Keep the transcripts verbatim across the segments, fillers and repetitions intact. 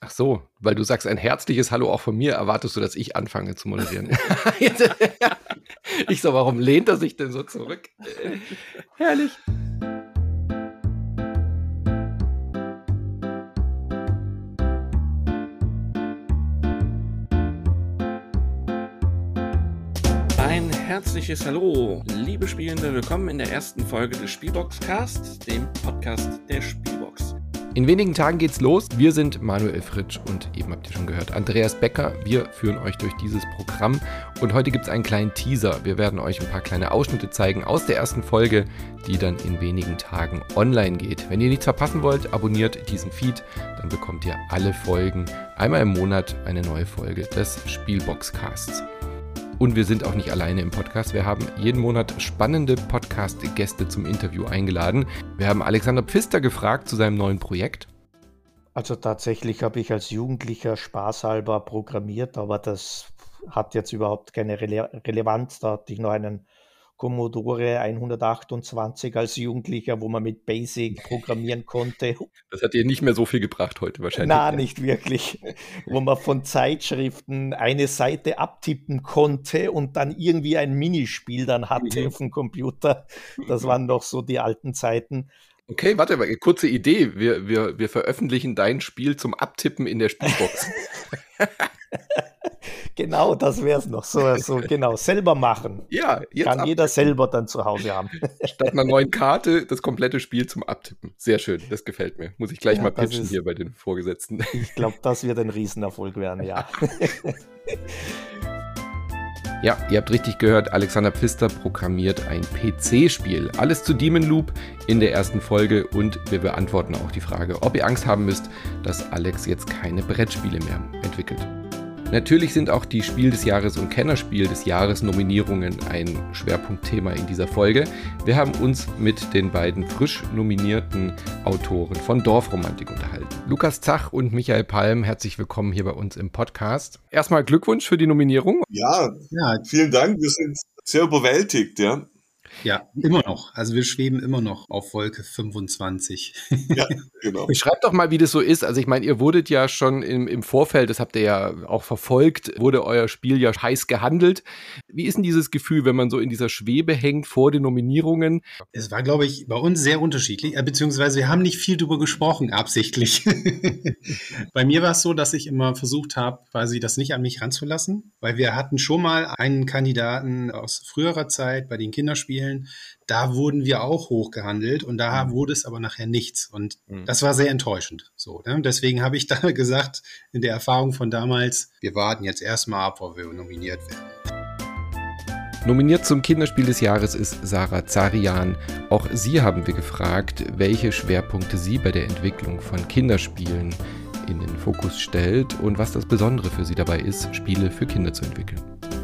Ach so, weil du sagst ein herzliches Hallo auch von mir, erwartest du, dass ich anfange zu moderieren. Ich so, warum lehnt er sich denn so zurück? Herrlich. Ein herzliches Hallo, liebe Spielende, willkommen in der ersten Folge des Spielbox-Cast, dem Podcast der Spielbox. In wenigen Tagen geht's los. Wir sind Manuel Fritsch und eben habt ihr schon gehört, Andreas Becker. Wir führen euch durch dieses Programm und heute gibt's einen kleinen Teaser. Wir werden euch ein paar kleine Ausschnitte zeigen aus der ersten Folge, die dann in wenigen Tagen online geht. Wenn ihr nichts verpassen wollt, abonniert diesen Feed, dann bekommt ihr alle Folgen einmal im Monat eine neue Folge des Spielbox-Casts. Und wir sind auch nicht alleine im Podcast. Wir haben jeden Monat spannende Podcast-Gäste zum Interview eingeladen. Wir haben Alexander Pfister gefragt zu seinem neuen Projekt. Also tatsächlich habe ich als Jugendlicher spaßhalber programmiert, aber das hat jetzt überhaupt keine Rele- Relevanz. Da hatte ich noch einen Commodore hundertachtundzwanzig als Jugendlicher, wo man mit Basic programmieren konnte. Das hat dir nicht mehr so viel gebracht heute wahrscheinlich. Nein, nicht wirklich. Wo man von Zeitschriften eine Seite abtippen konnte und dann irgendwie ein Minispiel dann hatte mhm. auf dem Computer. Das waren doch so die alten Zeiten. Okay, warte mal, kurze Idee. Wir, wir, wir veröffentlichen dein Spiel zum Abtippen in der Spielbox. Genau, das wäre es noch. So, so genau, selber machen. Ja, jetzt kann abtippen. Jeder selber dann zu Hause haben. Statt einer neuen Karte das komplette Spiel zum Abtippen. Sehr schön, das gefällt mir. Muss ich gleich ja, mal pitchen ist, hier bei den Vorgesetzten. Ich glaube, das wird ein Riesenerfolg werden, ja. Ja, ihr habt richtig gehört, Alexander Pfister programmiert ein P C-Spiel. Alles zu Demon Loop in der ersten Folge und wir beantworten auch die Frage, ob ihr Angst haben müsst, dass Alex jetzt keine Brettspiele mehr entwickelt. Natürlich sind auch die Spiel des Jahres und Kennerspiel des Jahres Nominierungen ein Schwerpunktthema in dieser Folge. Wir haben uns mit den beiden frisch nominierten Autoren von Dorfromantik unterhalten. Lukas Zach und Michael Palm, herzlich willkommen hier bei uns im Podcast. Erstmal Glückwunsch für die Nominierung. Ja, ja, vielen Dank. Wir sind sehr überwältigt, ja. Ja, immer noch. Also wir schweben immer noch auf Wolke fünfundzwanzig. Ja, genau. Beschreibt doch mal, wie das so ist. Also ich meine, ihr wurdet ja schon im, im Vorfeld, das habt ihr ja auch verfolgt, wurde euer Spiel ja heiß gehandelt. Wie ist denn dieses Gefühl, wenn man so in dieser Schwebe hängt vor den Nominierungen? Es war, glaube ich, bei uns sehr unterschiedlich, beziehungsweise wir haben nicht viel drüber gesprochen, absichtlich. Bei mir war es so, dass ich immer versucht habe, quasi das nicht an mich ranzulassen, weil wir hatten schon mal einen Kandidaten aus früherer Zeit bei den Kinderspielen. Da wurden wir auch hochgehandelt und da mhm. wurde es aber nachher nichts. Und mhm. das war sehr enttäuschend. So, ne? Deswegen habe ich da gesagt, in der Erfahrung von damals, wir warten jetzt erstmal ab, ob wir nominiert werden. Nominiert zum Kinderspiel des Jahres ist Sarah Zarian. Auch sie haben wir gefragt, welche Schwerpunkte sie bei der Entwicklung von Kinderspielen in den Fokus stellt und was das Besondere für sie dabei ist, Spiele für Kinder zu entwickeln.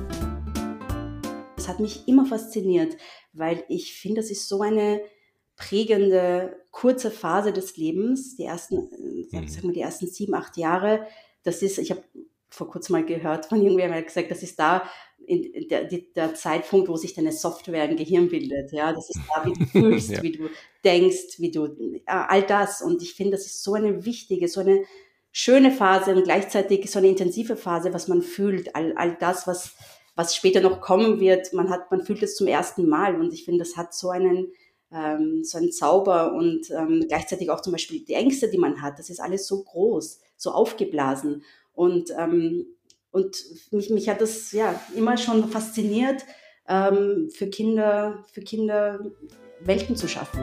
Das hat mich immer fasziniert, weil ich finde, das ist so eine prägende, kurze Phase des Lebens, die ersten, mhm. sag mal, die ersten sieben, acht Jahre. Das ist, ich habe vor kurzem mal gehört von irgendwer mal gesagt, das ist da in der, der Zeitpunkt, wo sich deine Software im Gehirn bildet. Ja, das ist da, wie du fühlst, ja. wie du denkst, wie du, all das. Und ich finde, das ist so eine wichtige, so eine schöne Phase und gleichzeitig so eine intensive Phase, was man fühlt, all, all das, was was später noch kommen wird, man hat, man fühlt es zum ersten Mal und ich finde, das hat so einen, ähm, so einen Zauber und ähm, gleichzeitig auch zum Beispiel die Ängste, die man hat, das ist alles so groß, so aufgeblasen und, ähm, und mich, mich hat das ja immer schon fasziniert, ähm, für Kinder, für Kinder Welten zu schaffen.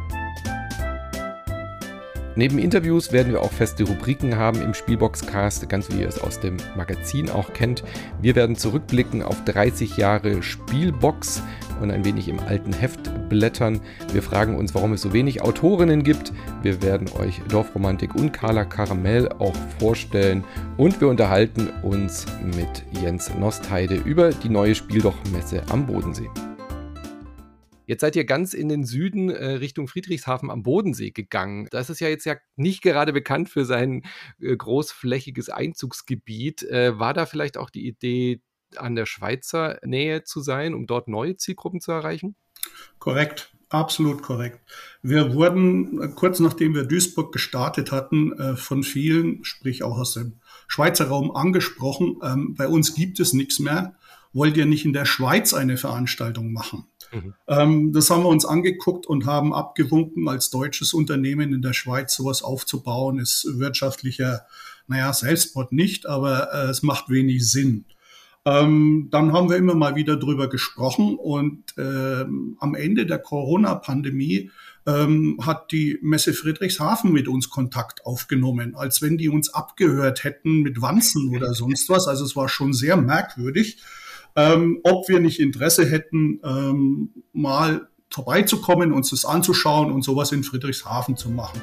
Neben Interviews werden wir auch feste Rubriken haben im Spielbox-Cast, ganz wie ihr es aus dem Magazin auch kennt. Wir werden zurückblicken auf dreißig Jahre Spielbox und ein wenig im alten Heft blättern. Wir fragen uns, warum es so wenig Autorinnen gibt. Wir werden euch Dorfromantik und Carla Karamell auch vorstellen. Und wir unterhalten uns mit Jens Nostheide über die neue Spieldoch-Messe am Bodensee. Jetzt seid ihr ganz in den Süden äh, Richtung Friedrichshafen am Bodensee gegangen. Das ist ja jetzt ja nicht gerade bekannt für sein äh, großflächiges Einzugsgebiet. Äh, war da vielleicht auch die Idee, an der Schweizer Nähe zu sein, um dort neue Zielgruppen zu erreichen? Korrekt. Absolut korrekt. Wir wurden kurz nachdem wir Duisburg gestartet hatten, von vielen, sprich auch aus dem Schweizer Raum angesprochen, bei uns gibt es nichts mehr. Wollt ihr nicht in der Schweiz eine Veranstaltung machen? Mhm. Das haben wir uns angeguckt und haben abgewunken, als deutsches Unternehmen in der Schweiz sowas aufzubauen, ist wirtschaftlicher, naja, Selbstmord nicht, aber es macht wenig Sinn. Ähm, dann haben wir immer mal wieder drüber gesprochen und ähm, am Ende der Corona-Pandemie ähm, hat die Messe Friedrichshafen mit uns Kontakt aufgenommen, als wenn die uns abgehört hätten mit Wanzen oder sonst was. Also es war schon sehr merkwürdig, ähm, ob wir nicht Interesse hätten, ähm, mal vorbeizukommen, uns das anzuschauen und sowas in Friedrichshafen zu machen.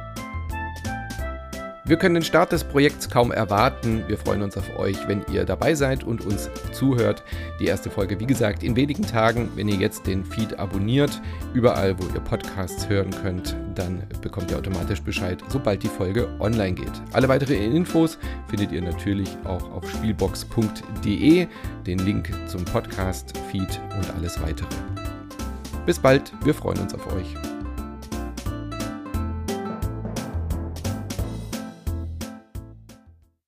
Wir können den Start des Projekts kaum erwarten. Wir freuen uns auf euch, wenn ihr dabei seid und uns zuhört. Die erste Folge, wie gesagt, in wenigen Tagen. Wenn ihr jetzt den Feed abonniert, überall, wo ihr Podcasts hören könnt, dann bekommt ihr automatisch Bescheid, sobald die Folge online geht. Alle weiteren Infos findet ihr natürlich auch auf spielbox punkt de, den Link zum Podcast, Feed und alles weitere. Bis bald, wir freuen uns auf euch.